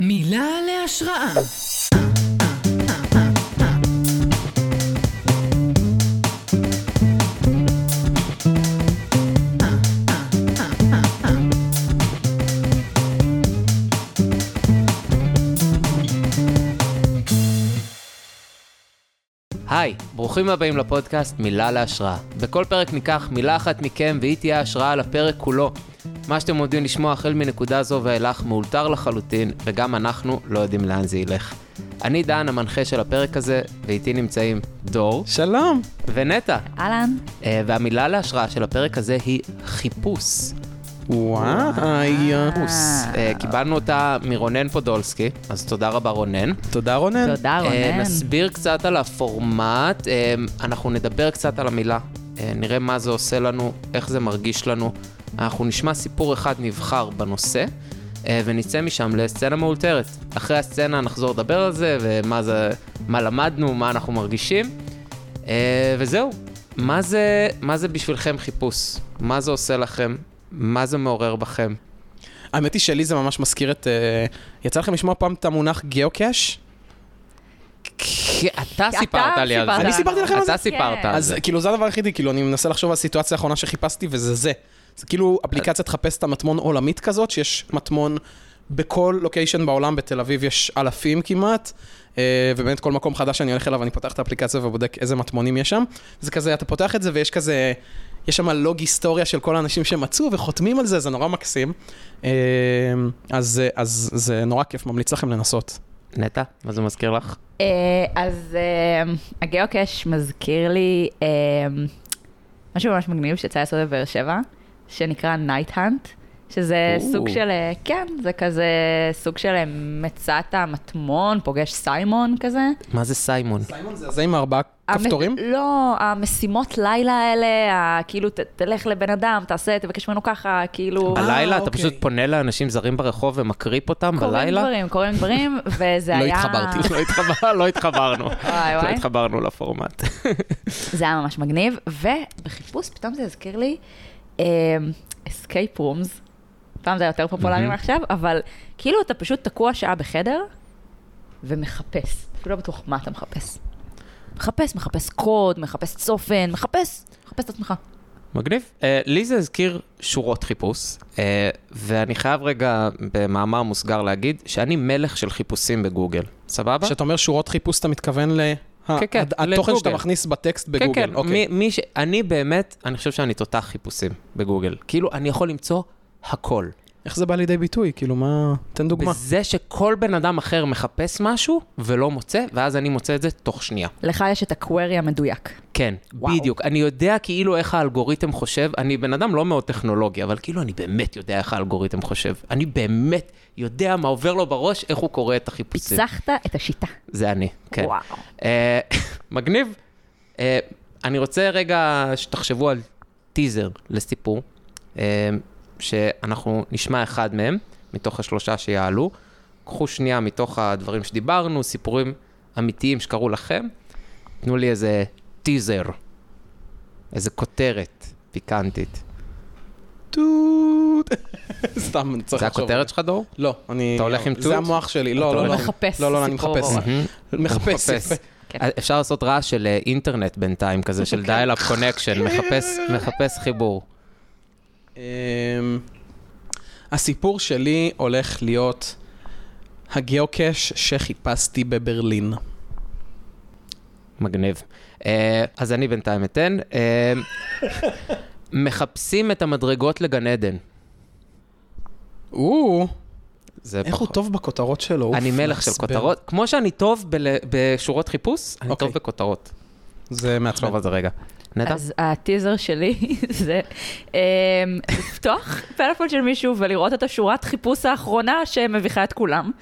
מילה להשראה. היי, ברוכים הבאים לפודקאסט מילה להשראה. בכל פרק ניקח מילה אחת מכם והיא תהיה השראה לפרק כולו. מה שאתם יודעים לשמוע החל מנקודה זו ואילך מאולתר לחלוטין, וגם אנחנו לא יודעים לאן זה ילך. אני דן, המנחה של הפרק הזה, ואיתי נמצאים דור. שלום. ונטע. אהלן. והמילה להשראה של הפרק הזה היא חיפוש. וואי. קיבלנו אותה מרונן פודולסקי, אז תודה רבה רונן. תודה רונן. תודה רונן. נסביר קצת על הפורמט, אנחנו נדבר קצת על המילה, נראה מה זה עושה לנו, איך זה מרגיש לנו. אנחנו נשמע סיפור אחד נבחר בנושא, ונצא משם לסצנה מאולתרת. אחרי הסצנה נחזור לדבר על זה, ומה למדנו, מה אנחנו מרגישים, וזהו. מה זה בשבילכם חיפוש? מה זה עושה לכם? מה זה מעורר בכם? האמת היא שלי זה ממש מזכיר את... יצא לכם לשמוע פעם את המונח גיאוקש? אתה סיפרת לי על זה. אני סיפרתי לכם על זה? אתה סיפרת על אז זה. כאילו זה הדבר היחידי, כאילו אני מנסה לחשוב על הסיטואציה האחרונה שחיפשתי וזה זה. זה כאילו אפליקציה תחפש את המטמון עולמית כזאת, שיש מטמון בכל לוקיישן בעולם, בתל אביב יש אלפים כמעט, ובאמת כל מקום חדש שאני הולך אליו, אני פותח את האפליקציה ובודק איזה מטמונים יש שם. זה כזה, אתה פותח את זה ויש כזה, יש שם לוג היסטוריה של כל האנשים שמצאו וחותמים על זה, זה נורא מקסים. אז זה נורא כיף, ממליץ לכם לנסות. נטע, מה זה מזכיר לך? אז הגיאוקש מזכיר לי משהו ממש מגניב שיצא לעשות בבאר שבע, שנקרא Night Hunt, שזה סוג של, כן, זה כזה סוג של מצאת המטמון, פוגש סיימון כזה. מה זה סיימון? סיימון זה עם 4 כפתורים? לא, המשימות לילה האלה, כאילו תלך לבן אדם, תעשה, תבקש ממנו ככה, כאילו... בלילה אתה פשוט פונה לאנשים זרים ברחוב ומקריפ אותם בלילה? קוראים דברים, וזה היה... לא התחברתי. לא התחברנו. וואי. לא התחברנו לפורמט. זה היה ממש מגניב, ובחיפוש פתאום זה הזכיר לי escape rooms, פעם זה יותר פופולרי מעכשיו, אבל כאילו אתה פשוט תקוע שעה בחדר ומחפש, אפילו לא בטוח מה אתה מחפש. מחפש קוד, מחפש צופן, מחפש את עצמך. מגניב. לי זה הזכיר שורות חיפוש, ואני חייב רגע במאמר מוסגר להגיד שאני מלך של חיפושים בגוגל. סבבה? כשאתה אומר שורות חיפוש, אתה מתכוון התוכן שאתה מכניס בטקסט בגוגל. אני באמת, אני חושב שאני תותח חיפושים בגוגל. כאילו, אני יכול למצוא הכל. איך זה בא לידי ביטוי? כאילו, מה... תן דוגמה. בזה שכל בן אדם אחר מחפש משהו ולא מוצא, ואז אני מוצא את זה תוך שנייה. לך יש את הקווירי המדויק. כן, בדיוק. אני יודע כאילו איך האלגוריתם חושב, אני בן אדם לא מאוד טכנולוגי, אבל כאילו אני באמת יודע איך האלגוריתם חושב. אני באמת יודע מה עובר לו בראש, איך הוא קורא את החיפושים. פיצחת את השיטה. זה אני, כן. וואו. מגניב. אני רוצה רגע שתחשבו על טיזר לסיפור, שאנחנו נשמע אחד מהם, מתוך 3 שיעלו. קחו שנייה מתוך הדברים שדיברנו, סיפורים אמיתיים שקרו לכם. תנו לי איזה טיזר, איזה כותרת פיקנטית. טוט. סתם, צריך לחשוב. זה הכותרת שלך, דור? לא, אני... אתה הולך עם טוט? זה המוח שלי. לא. מחפש. לא, אני מחפש. מחפש. אפשר לעשות רעש של אינטרנט בינתיים, כזה של dial-up connection, מחפש חיבור. הסיפור שלי הולך להיות הגיאוקש שחיפשתי בברלין. מגניב. אז אני בינתיים אתן. מחפשים את המדרגות לגן עדן. איך הוא טוב בכותרות שלו? אני מלך של כותרות. כמו שאני טוב בשורות חיפוש, אני טוב בכותרות. זה מעצבן. טוב על זה רגע. נטע? אז הטיזר שלי זה לפתוח פלאפון של מישהו ולראות את השורת חיפוש האחרונה שמביכה את כולם.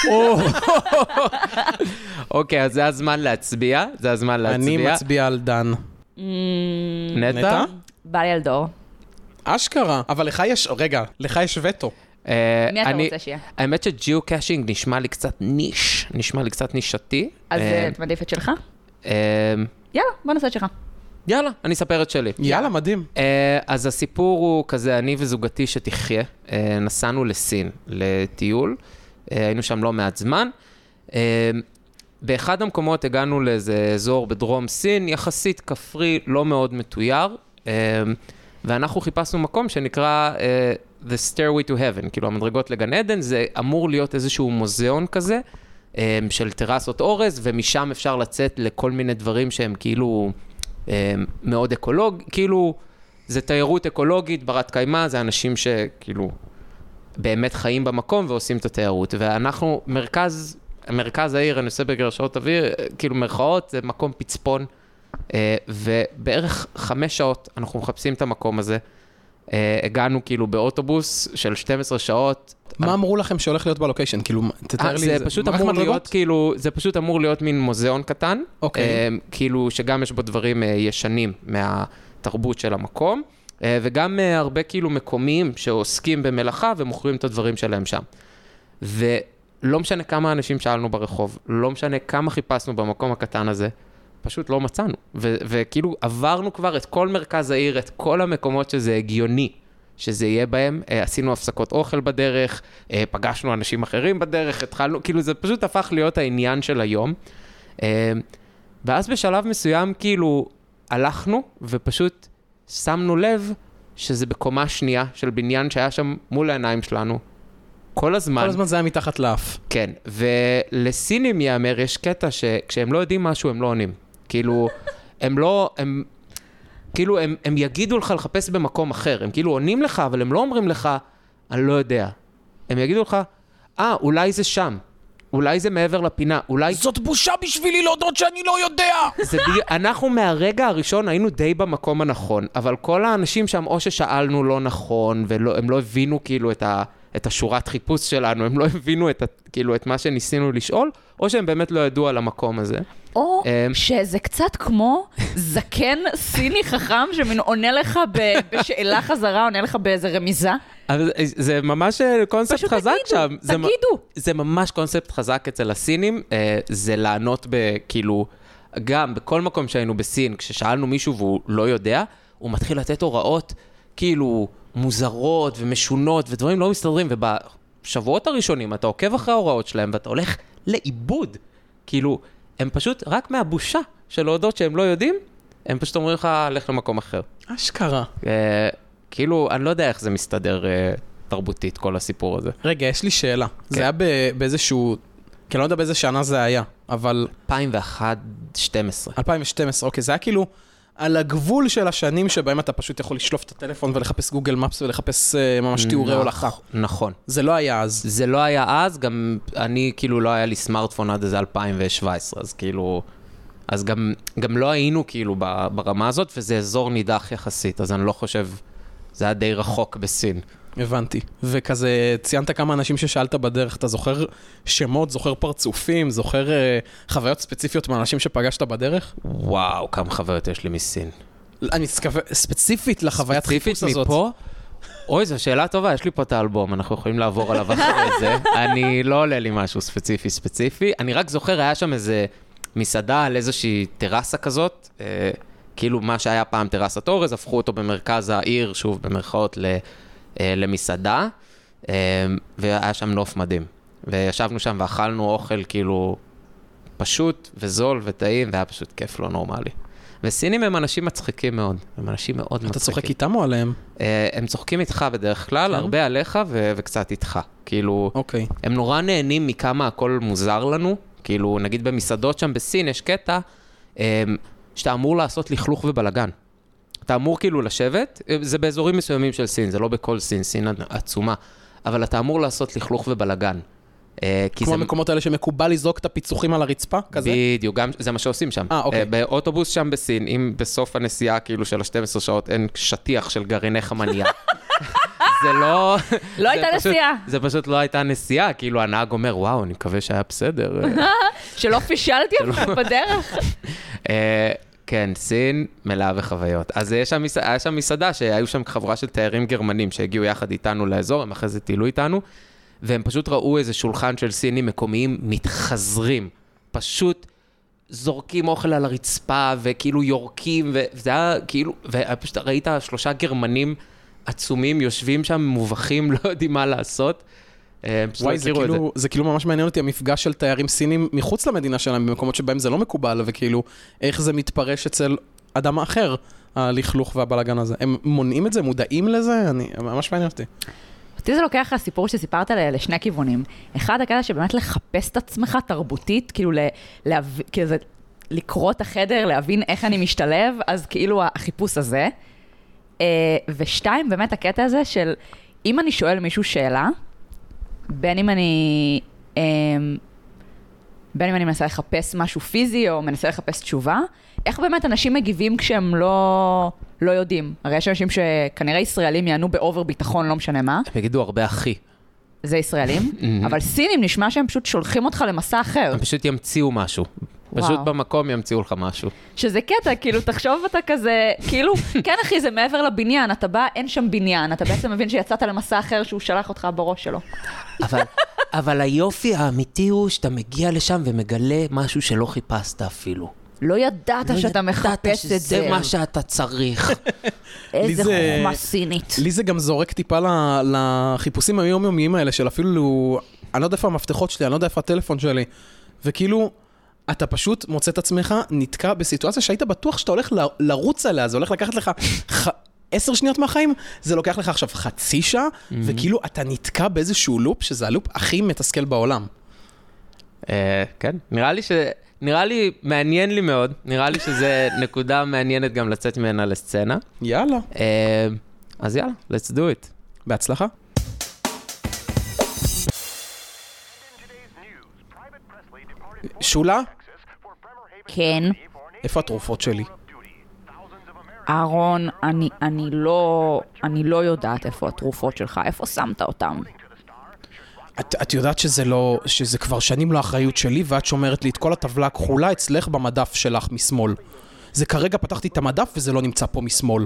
אוקיי, אז זה הזמן להצביע. אני מצביע על דן. נטע? בא לי על דור. אשכרה. אבל לך יש וטו. מי אתה רוצה שיהיה? האמת שג'יו-קאשינג נשמע לי קצת ניש, נשמע לי קצת נישתי. אז את מעדיף את שלך? יאללה, בוא נעשה את שלך. יאללה, אני אספר את שלי. יאללה, מדהים. אז הסיפור הוא כזה, אני וזוגתי שתחיה, נסענו לסין, לטיול, היינו שם לא מעט זמן. באחד המקומות הגענו לאיזה אזור בדרום סין, יחסית כפרי, לא מאוד מתויר, ואנחנו חיפשנו מקום שנקרא The Stairway to Heaven, כאילו המדרגות לגן עדן, זה אמור להיות איזשהו מוזיאון כזה, של טרסות אורז, ומשם אפשר לצאת לכל מיני דברים שהם כאילו מאוד כאילו זה תיירות אקולוגית, ברת קיימה, זה אנשים שכאילו באמת חיים במקום ועושים את התיירות, ואנחנו מרכז העיר, אני עושה בגרשאות אוויר, כאילו מרכאות, זה מקום פצפון, ובערך 5 שעות אנחנו מחפשים את המקום הזה, הגענו כאילו באוטובוס של 12 שעות. מה אמרו לכם שהולך להיות בלוקיישן? כאילו, תתאר לי, זה פשוט אמור להיות, כאילו, זה פשוט אמור להיות מין מוזיאון קטן, כאילו שגם יש בו דברים ישנים מהתרבות של המקום, וגם הרבה כאילו מקומיים שעוסקים במלאכה ומוכרים את הדברים שלהם שם. ולא משנה כמה אנשים שאלנו ברחוב, לא משנה כמה חיפשנו במקום הקטן הזה, פשוט לא מצאנו. וכאילו עברנו כבר את כל מרכז העיר, את כל המקומות שזה הגיוני שזה יהיה בהם, עשינו הפסקות אוכל בדרך, פגשנו אנשים אחרים בדרך, התחלנו, כאילו זה פשוט הפך להיות העניין של היום. ואז בשלב מסוים כאילו הלכנו ופשוט שמנו לב שזה בקומה שנייה של בניין שהיה שם מול העיניים שלנו. כל הזמן. כל הזמן זה היה מתחת לאף. כן, ולסינים יאמר, יש קטע שכשהם לא יודעים משהו, הם לא עונים. כאילו, הם יגידו לך לחפש במקום אחר. הם כאילו עונים לך, אבל הם לא אומרים לך, אני לא יודע. הם יגידו לך, אולי זה שם. אולי זה מעבר לפינה. אולי... זאת בושה בשבילי להודות שאני לא יודע. אנחנו מהרגע הראשון היינו די במקום הנכון, אבל כל האנשים שם או ששאלנו לא נכון, והם לא הבינו כאילו את השורת חיפוש שלנו, הם לא הבינו כאילו את מה שניסינו לשאול, או שהם באמת לא ידעו על המקום הזה. או שזה קצת כמו זקן סיני חכם שמין עונה לך בשאלה חזרה, עונה לך באיזה רמיזה. אבל זה ממש קונספט חזק שם. תגידו. זה ממש קונספט חזק אצל הסינים, זה לענות כאילו, גם בכל מקום שהיינו בסין, כששאלנו מישהו והוא לא יודע, הוא מתחיל לתת הוראות כאילו מוזרות ומשונות ודברים לא מסתדרים, ובשבועות הראשונים אתה עוקב אחרי ההוראות שלהם ואתה הולך לאיבוד. כאילו, הם פשוט רק מהבושה של להודות שהם לא יודעים, הם פשוט אומרים לך, לך למקום אחר. אשכרה. כאילו, אני לא יודע איך זה מסתדר תרבותית, כל הסיפור הזה. רגע, יש לי שאלה. זה היה באיזשהו, כי אני לא יודע באיזה שנה זה היה, אבל... 2012. 2012, אוקיי, זה היה כאילו על הגבול של השנים שבהם אתה פשוט יכול לשלוף את הטלפון ולחפש גוגל מפס ולחפש ממש תיאורי הולכה. נכון. זה לא היה אז. זה לא היה אז, גם אני כאילו לא היה לי סמארטפון עד איזה 2017, אז כאילו... אז גם לא היינו כאילו ברמה הזאת, וזה אזור נידח יחסית, אז אני לא חושב, זה היה די רחוק בסין. הבנתי. וכזה, ציינת כמה אנשים ששאלת בדרך, אתה זוכר שמות, זוכר פרצופים, זוכר חוויות ספציפיות מהאנשים שפגשת בדרך? וואו, כמה חוויות יש לי מסין. אני ספציפית לחוויית חיפוש הזאת. מפה? אוי, זו שאלה טובה, יש לי פה את האלבום, אנחנו יכולים לעבור עליו אחרי זה. אני לא עולה לי משהו ספציפי. אני רק זוכר, היה שם איזה מסעדה על איזושהי טרסה כזאת, כאילו מה שהיה פעם טרסת אורז, הפכו אותו במרכז העיר, שוב במרכאות למסעדה, והיה שם נוף מדהים. וישבנו שם ואכלנו אוכל כאילו פשוט וזול וטעים, והיה פשוט כיף לא נורמלי. וסינים הם אנשים מצחיקים מאוד, הם אנשים מאוד מצחיקים. אתה צוחק איתם או עליהם? הם צוחקים איתך בדרך כלל, הרבה עליך וקצת איתך. כאילו, הם נורא נהנים מכמה הכל מוזר לנו, כאילו, נגיד במסעדות שם בסין יש קטע שאתה אמור לעשות לכלוך ובלגן. אתה אמור כאילו לשבת, זה באזורים מסוימים של סין, זה לא בכל סין, סין עצומה, אבל אתה אמור לעשות לכלוך ובלגן. כמו המקומות האלה שמקובל לזרוק את הפיצוחים על הרצפה, כזה? בדיוק, גם זה מה שעושים שם. באוטובוס שם בסין, אם בסוף הנסיעה כאילו של ה-12 שעות אין שטיח של גרעיני חמניה, זה לא... לא הייתה נסיעה. זה פשוט לא הייתה נסיעה, כאילו הנהג אומר, וואו, אני מקווה שהיה בסדר. שלא פישלתי אותך בדרך. כן, סין מלאה וחוויות. אז היה שם מסעדה שהיו שם חבורה של תיירים גרמנים שהגיעו יחד איתנו לאזור, הם אחרי זה טילו איתנו, והם פשוט ראו איזה שולחן של סינים מקומיים מתחזרים, פשוט זורקים אוכל על הרצפה וכאילו יורקים, וזה היה כאילו, ופשוט ראית 3 גרמנים עצומים יושבים שם מובכים, לא יודעים מה לעשות, פשוט לא וואי, הכירו את זה. זה כאילו ממש מעניין אותי המפגש של תיירים סינים מחוץ למדינה שלהם, במקומות שבהם זה לא מקובל, וכאילו, איך זה מתפרש אצל אדם אחר, הלכלוך והבלגן הזה. הם מונעים את זה, מודעים לזה? ממש מעניין אותי. אותי זה לוקח לסיפור שסיפרת לשני כיוונים. אחד, הקטע שבאמת לחפש את עצמך תרבותית, כאילו לקרוא את החדר, להבין איך אני משתלב, אז כאילו החיפוש הזה. ושתיים, באמת הקטע הזה של, אם אני שואל מישהו שאלה, בין אם אני מנסה לחפש משהו פיזי, או מנסה לחפש תשובה, איך באמת אנשים מגיבים כשהם לא יודעים? הרי יש אנשים שכנראה ישראלים יענו באובר ביטחון, לא משנה מה. הם יגידו הרבה אחי. זה ישראלים, אבל סינים נשמע שהם פשוט שולחים אותך למסע אחר. הם פשוט ימציאו משהו. פשוט במקום ימציאו לך משהו. שזה קטע, כאילו, תחשוב אתה כזה, כאילו, כן אחי, זה מעבר לבניין, אתה בא, אין שם בניין, אתה בעצם מבין שיצאת למסע אחר שהוא שלח אותך בראש שלו. אבל היופי האמיתי הוא שאתה מגיע לשם ומגלה משהו שלא חיפשת אפילו. לא ידעת שאתה מחפש את זה. זה מה שאתה צריך. איזה חוכמה סינית. לי זה גם זורק טיפה לחיפושים היומיומיים האלה, של אפילו, אני לא יודע איפה המפתחות שלי, אני לא יודע איפה הטלפון שלי, וכאילו, אתה פשוט מוצא את עצמך נתקע בסיטואציה שהיית בטוח שאתה הולך לרוץ עליה, זה הולך לקחת לך 10 שניות מהחיים, זה לוקח לך עכשיו חצי שעה, וכאילו אתה נתקע באיזשהו לופ, שזה הלופ הכי מתסכל בעולם. כן, נראה לי מעניין לי מאוד, נראה לי שזה נקודה מעניינת גם לצאת ממנה לסצנה. יאללה. אז יאללה, let's do it. בהצלחה. שולה? כן. איפה התרופות שלי? אהרון, אני לא יודעת איפה התרופות שלך, איפה שמת אותם? את יודעת שזה כבר שנים לא אחריות שלי, ואת שומרת לי את כל הטבלה הכחולה אצלך במדף שלך משמאל. זה כרגע פתחתי את המדף וזה לא נמצא פה משמאל.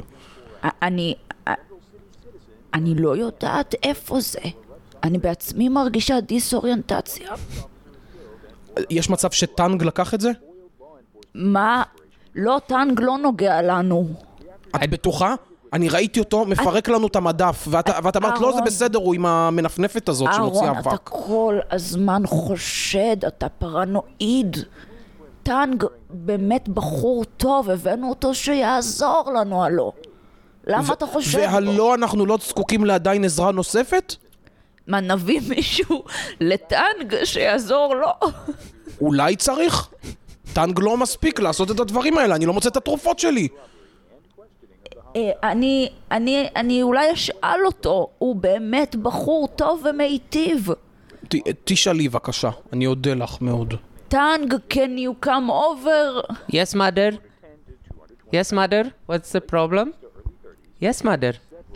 אני לא יודעת איפה זה. אני בעצמי מרגישה דיסאוריינטציה. יש מצב שטנג לקח את זה? מה? לא, טנג לא נוגע לנו. את בטוחה? אני ראיתי אותו, מפרק לנו את המדף, ואת אמרת, לא, זה בסדר, הוא עם המנפנפת הזאת שמוציאה אבק. אהרון, אתה כל הזמן חושד, אתה פרנואיד. טנג באמת בחור טוב, הבאנו אותו שיעזור לנו, הלא. למה אתה חושד? והלא אנחנו לא זקוקים לעדיין עזרה נוספת? מה, נביא מישהו לטנג שיעזור לו? אולי צריך? טנג לא מספיק לעשות את הדברים האלה, אני לא מוצא את התרופות שלי. אני אולי אשאל אותו, הוא באמת בחור טוב ומיטיב. תשאלי בבקשה, אני אודה לך מאוד. טנג, can you come over? Yes, mother. Yes, mother. What's the problem? Yes, mother.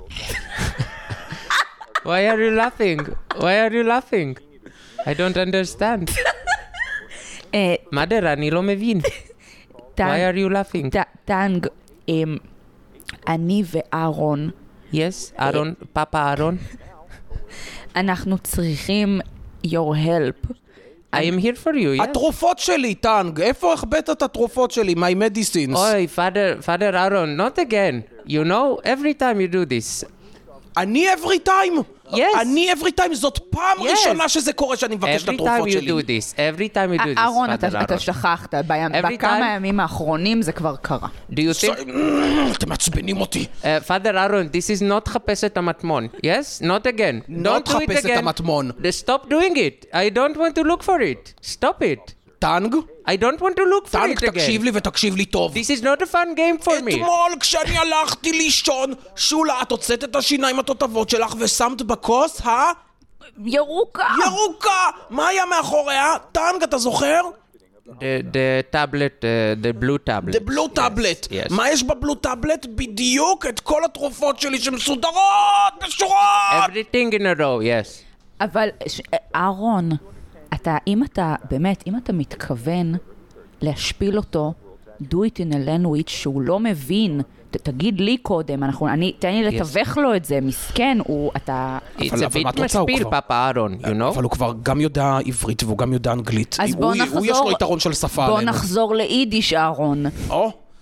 Why are you laughing? Why are you laughing? I don't understand. mother, אני לא מבין. Why are you laughing? טנג, אני ואהרון. Yes, אהרון, פאפה אהרון. אנחנו צריכים your help. I am here for you, yes. התרופות שלי, טנג, איפה החבאת את התרופות שלי? My medicines. אוי, father אהרון, not again. You know, every time you do this. אני every time? Yes. אני every time, זאת פעם ראשונה שזה קורה שאני מבקש את התרופות שלי. Every time you do this, אהרון, father אהרון. אתה שכחת, בכמה הימים האחרונים זה כבר קרה. Do you think... אתם מעצבנים אותי. father אהרון, this is not חפש את המטמון. Yes? Not again. not חפש את המטמון. Stop doing it. I don't want to look for it. Stop it. טנג? I don't want to look for טנג, it again. תקשיב לי ותקשיב לי טוב. This is not a fun game for me. אתמול כשאני הלכתי לישון, שולה, את הוצאת את השיניים התותבות שלך ושמת בכוס, ירוקה. ירוקה! מה היה מאחוריה? טנג, אתה זוכר? The tablet, the blue tablet. The blue tablet. Yes. מה יש בבלו טאבלט? בדיוק את כל התרופות שלי שמסודרות בשורות! Everything in a row, yes. אבל, אהרון, אם אתה מתכוון להשפיל אותו, do it in a language שהוא לא מבין, תגיד לי קודם, תן לי לתווך לו את זה, מסכן, אתה... It's a bit משפיל, פאפה אהרון, you know? אבל הוא כבר גם יודע עברית והוא גם יודע אנגלית. אז בוא נחזור... הוא יש לו יתרון של שפה בוא עלינו. נחזור ליידיש, אהרון.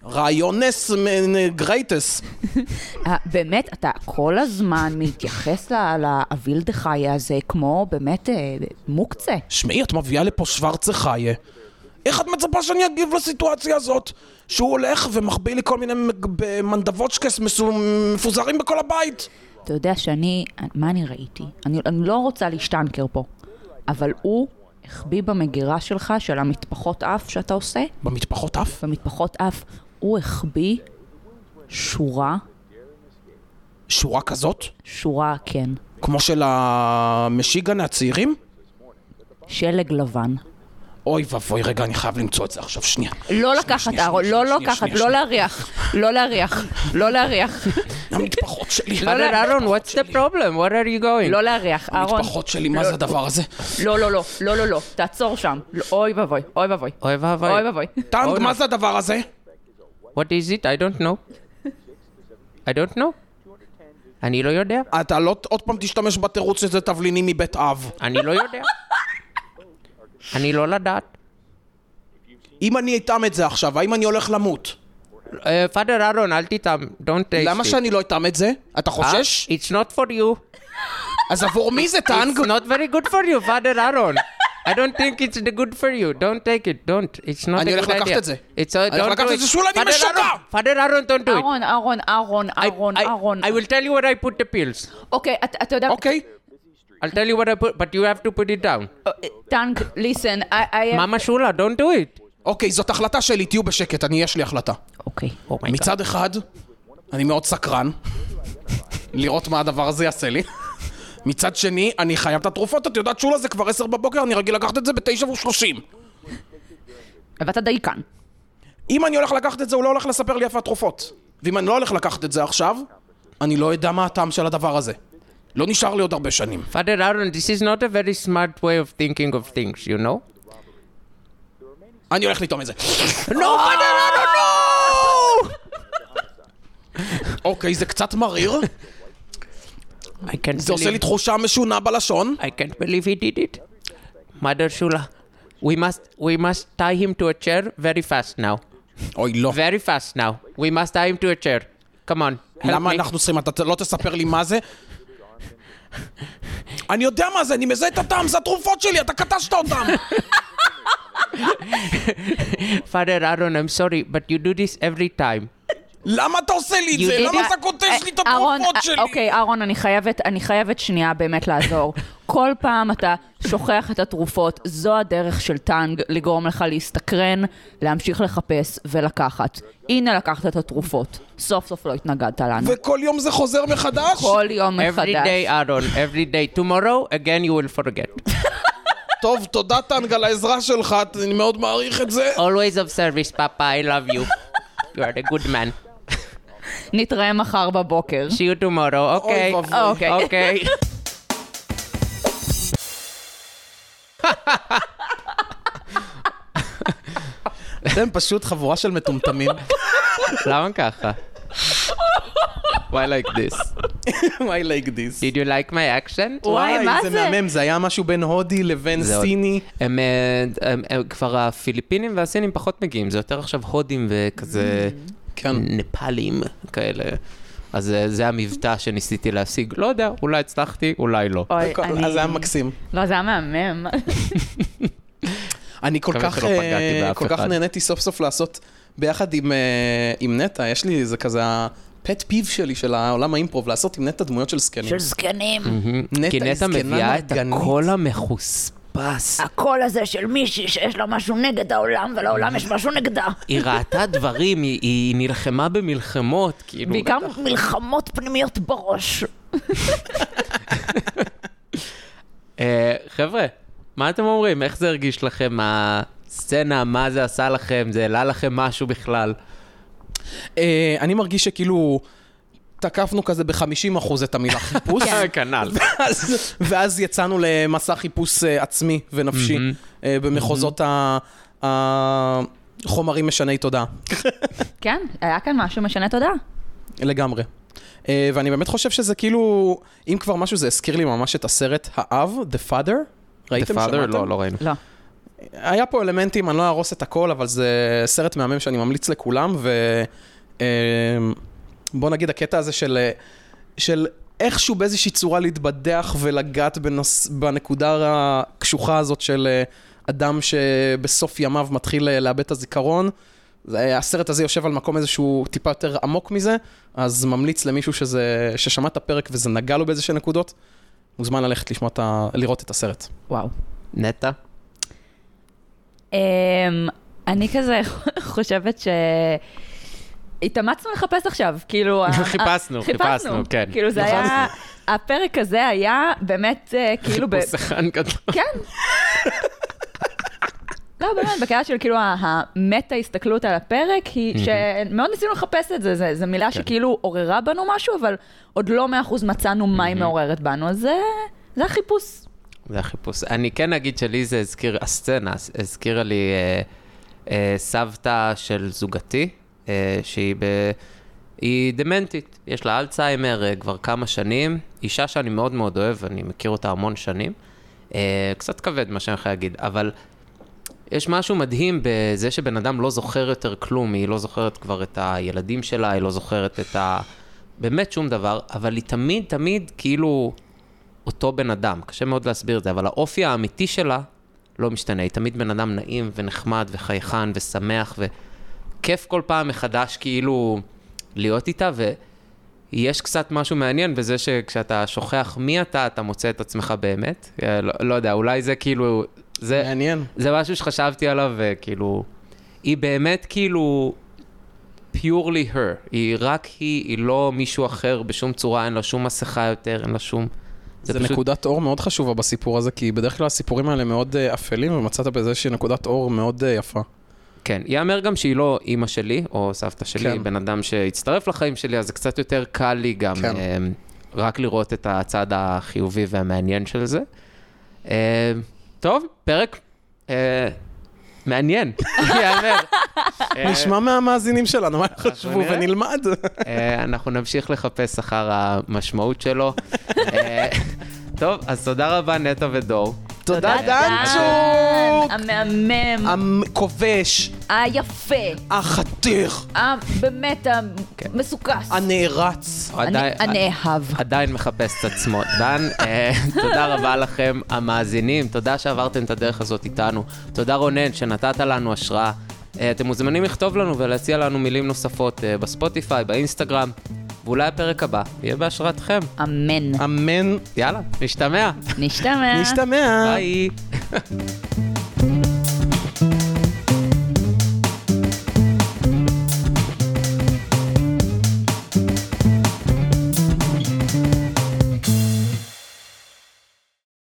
רעיונס גרייטס. באמת, אתה כל הזמן מתייחס לאווילדה חיה הזה כמו באמת מוקצה. שמעי, את מביאה לפה שוורצה חיה. איך את מצפה שאני אגיב לסיטואציה הזאת? שהוא הולך ומחביא לי כל מיני מנדבוצ'קס מפוזרים בכל הבית. אתה יודע מה אני ראיתי? אני לא רוצה להשתנקר פה, אבל הוא החביא במגירה שלך של המטפחות אף שאתה עושה. במטפחות אף? במטפחות אף. הוא החביא שורה. שורה כזאת? שורה, כן. כמו של המשיגן הצעירים? שלג לבן. אוי ובוי, רגע, אני חייב למצוא את זה עכשיו, שנייה. לא לקחת, אהרון, לא לקחת, לא להריח, לא להריח, לא להריח. המטפחות שלי. Father Aaron, what's the problem? Where are you going? לא להריח, אהרון. המטפחות שלי, מה זה הדבר הזה? לא, תעצור שם. אוי ובוי, אוי ובוי. אוי ואבוי. אוי ובוי. טנג, מה זה הדבר הזה? What is it? I don't know. I don't know. אני לא יודע. אתה לא עוד פעם תשתמש בתירוץ שזה תבלינים מבית אב. אני לא יודע. אני לא לדעת. אם אני אטעם את זה עכשיו, האם אני הולך למות? Father Aaron, אל תטעם. Don't taste it. למה שאני לא אטעם את זה? אתה חושש? It's not for you. אז עבור מי זה טנג? It's not very good for you, Father Aaron. I don't think it's the good for you. Don't take it. Don't. It's not a good idea. אני הולך לקחת את זה. אני הולך לקחת את זה שולה, אני משוגע! Father Aaron, don't do it. אהרון. I will tell you where I put the pills. אוקיי, אתה יודע... אוקיי. I'll tell you what I put, but you have to put it down. טנק, listen, Mama Shula, don't do it. אוקיי, זאת החלטה שלי, תהיו בשקט, יש לי החלטה. אוקיי. מצד אחד, אני מאוד סקרן, לראות מה הדבר הזה יעשה לי. מצד שני, אני חייב את התרופות, את יודעת שולה, זה כבר 10 בבוקר, אני רגיל לקחת את זה ב9:30. ואתה דייקן. אם אני הולך לקחת את זה, הוא לא הולך לספר לי איפה התרופות. ואם אני לא הולך לקחת את זה עכשיו, אני לא יודע מה הטעם של הדבר הזה. לא נשאר לי עוד הרבה שנים. Father Aaron, this is not a very smart way of thinking of things, you know? אני הולך לטעום את זה. No, Father Aaron, no! אוקיי, זה קצת מריר. זה עושה לי תחושה משונה בלשון. I can't believe he did it. Mother Shula, we must tie him to a chair very fast now. אוי, לא. Very fast now. We must tie him to a chair. Come on, help למה me. אנחנו צריכים? אתה לא תספר לי מה זה? אני יודע מה זה, אני מזהה את הטעם, זה התרופות שלי, אתה קטשת אותם. Father Aaron, I'm sorry, but you do this every time. למה אתה עושה לי את זה? למה אתה קוטש לי את התרופות שלי? אוקיי, אהרון, אני חייבת שנייה באמת לעזור. כל פעם אתה שוכח את התרופות, זו הדרך של טנג לגרום לך להסתקרן, להמשיך לחפש ולקחת. הנה לקחת את התרופות. סוף סוף לא התנגדת לנו. וכל יום זה חוזר מחדש? כל יום מחדש. Every day, Aaron, every day. Tomorrow, again you will forget. טוב, תודה טנג על העזרה שלך, אני מאוד מעריך את זה. Always of service, Papa, I love you. You are the good man. נתראה מחר בבוקר. See you tomorrow, okay? אוקיי. Okay. אתם פשוט חבורה של מטומטמים. למה ככה? Why like this? Why like this? Did you like my accent? וואי, מה זה זה? מהמם, זה היה משהו בין הודי לבין זה עוד. סיני. הם כבר הפיליפינים והסינים פחות מגיעים, זה יותר עכשיו הודים וכזה כן. נפאלים כאלה. אז זה המבטא שניסיתי להשיג. לא יודע, אולי הצלחתי, אולי לא. אוי, אז זה היה מקסים. לא, זה היה מהמם. אני כל מקווה כך שלא פגעתי באף כל כך אחד. נהניתי סוף סוף לעשות ביחד עם נטע, יש לי זה כזה הפט פיב שלי של העולם האימפרוב, לעשות עם נטע דמויות של סקנים. של זקנים. כי היא נטע זקנה מביאה את נגנית. הקול המחוספס. הקול הזה של מישהי שיש לה משהו נגד העולם, ולעולם יש משהו נגדה. היא ראתה דברים, היא נלחמה במלחמות, כאילו. בעיקר מלחמות פנימיות בראש. חבר'ה, מה אתם אומרים? איך זה הרגיש לכם? הסצנה, מה זה עשה לכם? זה העלה לכם משהו בכלל? אני מרגיש שכאילו תקפנו כזה ב-50% את המילה חיפוש. כנ"ל. ואז יצאנו למסע חיפוש עצמי ונפשי במחוזות החומרים משני תודעה. כן, היה כאן משהו משנה תודה. לגמרי. ואני באמת חושב שזה כאילו, אם כבר משהו זה הזכיר לי ממש את הסרט האב, The Father. ראיתם? The Father? שמעתם? לא ראינו. לא. היה פה אלמנטים, אני לא ארוס את הכל, אבל זה סרט מהמם שאני ממליץ לכולם, ובוא נגיד הקטע הזה של איכשהו באיזושהי צורה להתבדח ולגעת בנקודה הקשוחה הזאת של אדם שבסוף ימיו מתחיל לאבד את הזיכרון. הסרט הזה יושב על מקום איזשהו טיפה יותר עמוק מזה, אז ממליץ למישהו ששמע את הפרק וזה נגע לו באיזושהי נקודות, מוזמן ללכת לראות את הסרט. וואו. נטע? אני כזה חושבת התאמצנו לחפש עכשיו, כאילו... חיפשנו, כן. כאילו זה היה, הפרק הזה היה באמת כאילו... חיפוש אחד גדול. כן. לא, באמת, בקטע של כאילו המטה-הסתכלות על הפרק, היא שמאוד ניסינו לחפש את זה, זו מילה שכאילו עוררה בנו משהו, אבל עוד לא 100% מצאנו מה היא מעוררת בנו, אז זה החיפוש. זה החיפוש. אני כן אגיד שלי זה הזכיר, הסצנה, הזכירה לי סבתא של זוגתי, שהיא דמנטית, יש לה אלצהיימר כבר כמה שנים, אישה שאני מאוד מאוד אוהב, אני מכיר אותה המון שנים, קצת כבד מה שאני יכול להגיד, אבל יש משהו מדהים בזה שבן אדם לא זוכר יותר כלום, היא לא זוכרת כבר את הילדים שלה, היא לא זוכרת את באמת שום דבר, אבל היא תמיד כאילו אותו בן אדם, קשה מאוד להסביר את זה, אבל האופי האמיתי שלה לא משתנה, היא תמיד בן אדם נעים ונחמד וחייכן ושמח וכיף כל פעם מחדש כאילו להיות איתה, ויש קצת משהו מעניין בזה שכשאתה שוכח מי אתה מוצא את עצמך באמת, לא יודע, אולי זה כאילו, מעניין. זה משהו שחשבתי עליו וכאילו, היא באמת כאילו purely her, היא רק היא לא מישהו אחר בשום צורה, אין לה שום מסכה יותר, אין לה שום... זה פשוט... נקודת אור מאוד חשובה בסיפור הזה, כי בדרך כלל הסיפורים האלה מאוד אפלים, ומצאת באיזושהי נקודת אור מאוד יפה. כן, יאמר גם שהיא לא אימא שלי, או סבתא שלי, כן. בן אדם שהצטרף לחיים שלי, אז זה קצת יותר קל לי גם כן. רק לראות את הצד החיובי והמעניין של זה. טוב, פרק מעניין, יאמר. נשמע מהמאזינים שלנו, מה חשבו ונלמד. אנחנו נמשיך לחפש אחר המשמעות שלו. טוב, אז תודה רבה נטע ודור. תודה דנצ'וק! המהמם. הכובש. היפה. החתיך. באמת המסוכס. הנערץ. הנאהב. עדיין מחפש את עצמו. דן, תודה רבה לכם המאזינים. תודה שעברתם את הדרך הזאת איתנו. תודה רונן שנתת לנו השראה. אתם מוזמנים לכתוב לנו ולהציע לנו מילים נוספות בספוטיפיי, באינסטגרם. ואולי הפרק הבא יהיה בהשראתכם. אמן. אמן. יאללה, נשתמע. נשתמע. נשתמע. ביי.